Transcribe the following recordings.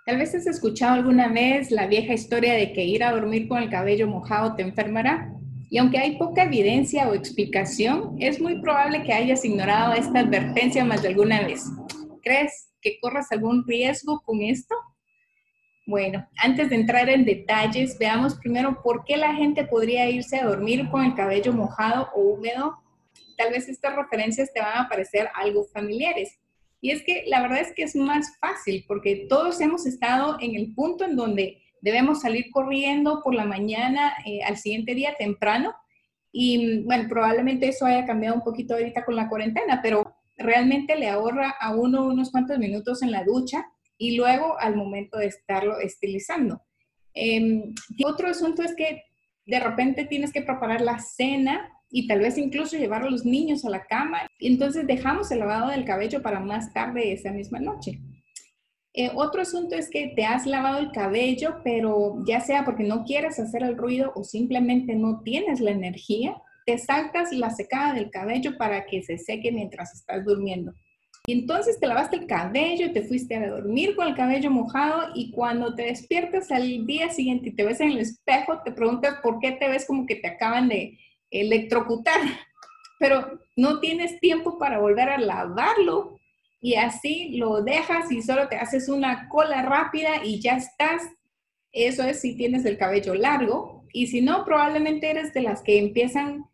Tal vez has escuchado alguna vez la vieja historia de que ir a dormir con el cabello mojado te enfermará. Y aunque hay poca evidencia o explicación, es muy probable que hayas ignorado esta advertencia más de alguna vez. ¿Crees que corras algún riesgo con esto? Bueno, antes de entrar en detalles, veamos primero por qué la gente podría irse a dormir con el cabello mojado o húmedo. Tal vez estas referencias te van a parecer algo familiares. Y es que la verdad es que es más fácil porque todos hemos estado en el punto en donde debemos salir corriendo por la mañana al siguiente día temprano. Y bueno, probablemente eso haya cambiado un poquito ahorita con la cuarentena, pero realmente le ahorra a uno unos cuantos minutos en la ducha y luego al momento de estarlo estilizando. Y otro asunto es que de repente tienes que preparar la cena y tal vez incluso llevar a los niños a la cama. Y entonces dejamos el lavado del cabello para más tarde esa misma noche. Otro asunto es que te has lavado el cabello, pero ya sea porque no quieres hacer el ruido o simplemente no tienes la energía, te saltas la secada del cabello para que se seque mientras estás durmiendo. Y entonces te lavaste el cabello, te fuiste a dormir con el cabello mojado y cuando te despiertas al día siguiente y te ves en el espejo, te preguntas por qué te ves como que te acaban de electrocutar, pero no tienes tiempo para volver a lavarlo y así lo dejas y solo te haces una cola rápida y ya estás. Eso es si tienes el cabello largo y si no, probablemente eres de las que empiezan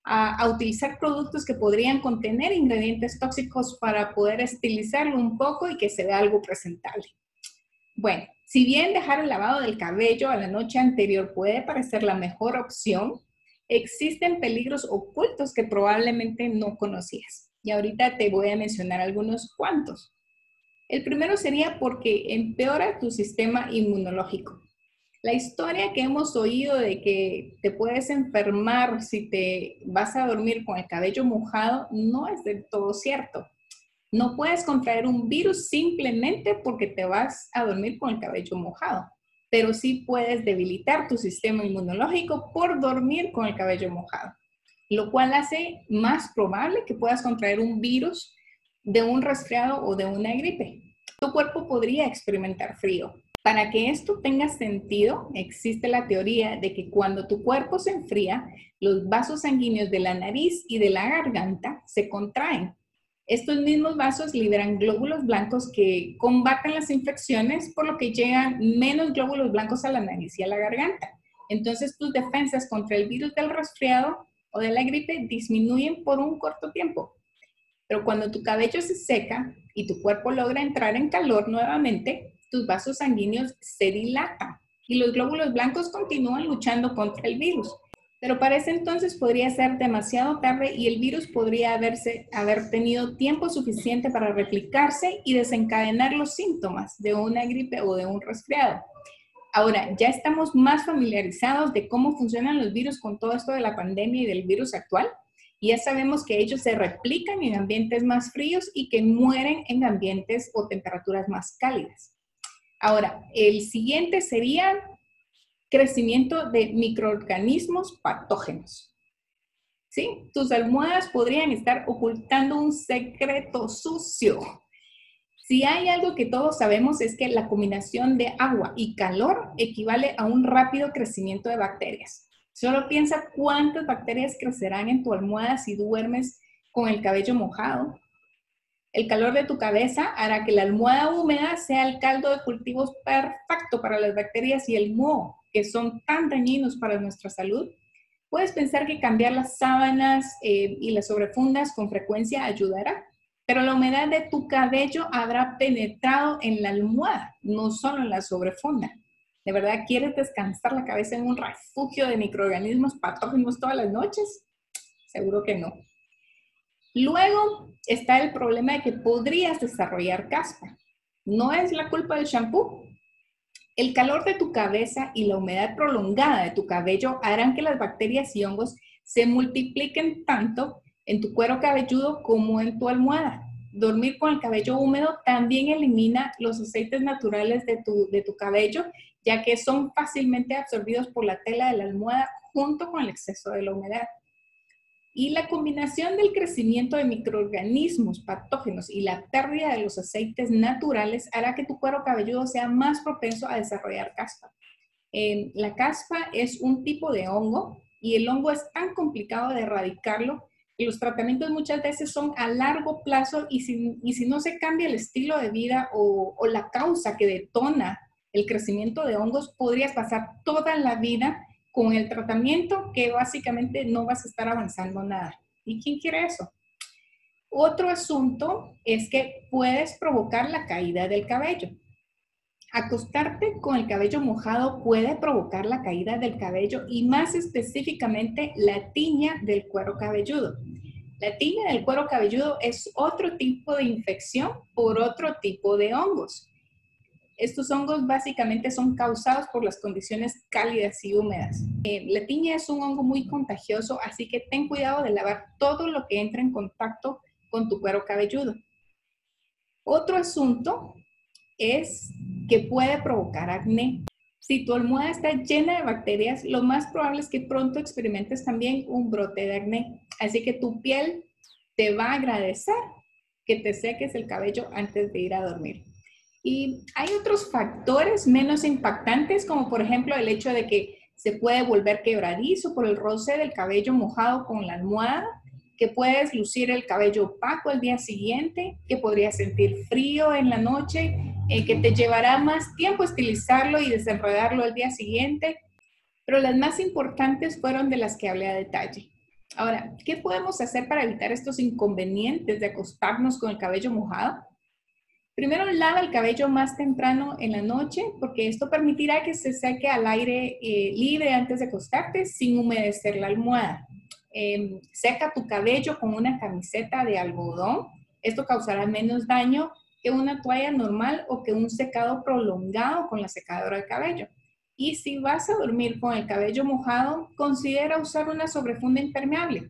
a utilizar productos que podrían contener ingredientes tóxicos para poder estilizarlo un poco y que se vea algo presentable. Bueno, si bien dejar el lavado del cabello a la noche anterior puede parecer la mejor opción, existen peligros ocultos que probablemente no conocías. Y ahorita te voy a mencionar algunos cuantos. El primero sería porque empeora tu sistema inmunológico. La historia que hemos oído de que te puedes enfermar si te vas a dormir con el cabello mojado no es del todo cierto. No puedes contraer un virus simplemente porque te vas a dormir con el cabello mojado, pero sí puedes debilitar tu sistema inmunológico por dormir con el cabello mojado, lo cual hace más probable que puedas contraer un virus de un resfriado o de una gripe. Tu cuerpo podría experimentar frío. Para que esto tenga sentido, existe la teoría de que cuando tu cuerpo se enfría, los vasos sanguíneos de la nariz y de la garganta se contraen. Estos mismos vasos liberan glóbulos blancos que combaten las infecciones, por lo que llegan menos glóbulos blancos a la nariz y a la garganta. Entonces tus defensas contra el virus del resfriado o de la gripe disminuyen por un corto tiempo. Pero cuando tu cabello se seca y tu cuerpo logra entrar en calor nuevamente, tus vasos sanguíneos se dilatan y los glóbulos blancos continúan luchando contra el virus. Pero para ese entonces podría ser demasiado tarde y el virus podría haber tenido tiempo suficiente para replicarse y desencadenar los síntomas de una gripe o de un resfriado. Ahora, ya estamos más familiarizados de cómo funcionan los virus con todo esto de la pandemia y del virus actual. Y ya sabemos que ellos se replican en ambientes más fríos y que mueren en ambientes o temperaturas más cálidas. Ahora, el siguiente sería crecimiento de microorganismos patógenos. ¿Sí? Tus almohadas podrían estar ocultando un secreto sucio. Si hay algo que todos sabemos es que la combinación de agua y calor equivale a un rápido crecimiento de bacterias. Solo piensa cuántas bacterias crecerán en tu almohada si duermes con el cabello mojado. El calor de tu cabeza hará que la almohada húmeda sea el caldo de cultivos perfecto para las bacterias y el moho, que son tan dañinos para nuestra salud. Puedes pensar que cambiar las sábanas y las sobrefundas con frecuencia ayudará, pero la humedad de tu cabello habrá penetrado en la almohada, no solo en la sobrefunda. ¿De verdad quieres descansar la cabeza en un refugio de microorganismos patógenos todas las noches? Seguro que no. Luego está el problema de que podrías desarrollar caspa. No es la culpa del shampoo. El calor de tu cabeza y la humedad prolongada de tu cabello harán que las bacterias y hongos se multipliquen tanto en tu cuero cabelludo como en tu almohada. Dormir con el cabello húmedo también elimina los aceites naturales de tu cabello, ya que son fácilmente absorbidos por la tela de la almohada junto con el exceso de la humedad. Y la combinación del crecimiento de microorganismos patógenos y la pérdida de los aceites naturales hará que tu cuero cabelludo sea más propenso a desarrollar caspa. La caspa es un tipo de hongo y el hongo es tan complicado de erradicarlo y los tratamientos muchas veces son a largo plazo y si no se cambia el estilo de vida o la causa que detona el crecimiento de hongos, podrías pasar toda la vida con el tratamiento que básicamente no vas a estar avanzando nada. ¿Y quién quiere eso? Otro asunto es que puedes provocar la caída del cabello. Acostarte con el cabello mojado puede provocar la caída del cabello y más específicamente la tiña del cuero cabelludo. La tiña del cuero cabelludo es otro tipo de infección por otro tipo de hongos. Estos hongos básicamente son causados por las condiciones cálidas y húmedas. La tiña es un hongo muy contagioso, así que ten cuidado de lavar todo lo que entra en contacto con tu cuero cabelludo. Otro asunto es que puede provocar acné. Si tu almohada está llena de bacterias, lo más probable es que pronto experimentes también un brote de acné. Así que tu piel te va a agradecer que te seques el cabello antes de ir a dormir. Y hay otros factores menos impactantes, como por ejemplo el hecho de que se puede volver quebradizo por el roce del cabello mojado con la almohada, que puedes lucir el cabello opaco al día siguiente, que podrías sentir frío en la noche, que te llevará más tiempo estilizarlo y desenredarlo al día siguiente, pero las más importantes fueron de las que hablé a detalle. Ahora, ¿qué podemos hacer para evitar estos inconvenientes de acostarnos con el cabello mojado? Primero, lava el cabello más temprano en la noche, porque esto permitirá que se seque al aire libre antes de acostarte sin humedecer la almohada. Seca tu cabello con una camiseta de algodón. Esto causará menos daño que una toalla normal o que un secado prolongado con la secadora de cabello. Y si vas a dormir con el cabello mojado, considera usar una sobrefunda impermeable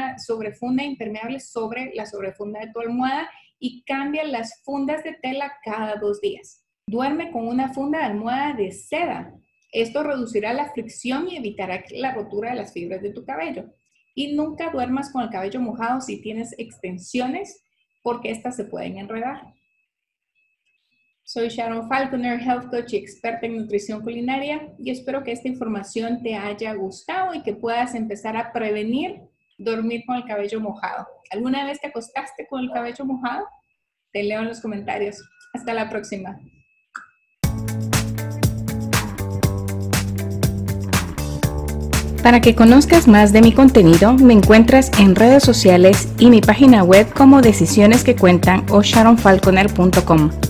sobre la sobrefunda de tu almohada y cambia las fundas de tela cada 2 días. Duerme con una funda de almohada de seda. Esto reducirá la fricción y evitará la rotura de las fibras de tu cabello. Y nunca duermas con el cabello mojado si tienes extensiones, porque estas se pueden enredar. Soy Sharon Falconer, Health Coach y experta en nutrición culinaria, y espero que esta información te haya gustado y que puedas empezar a prevenir dormir con el cabello mojado. ¿Alguna vez te acostaste con el cabello mojado? Te leo en los comentarios. Hasta la próxima. Para que conozcas más de mi contenido, me encuentras en redes sociales y mi página web como Decisiones que Cuentan o sharonfalconer.com.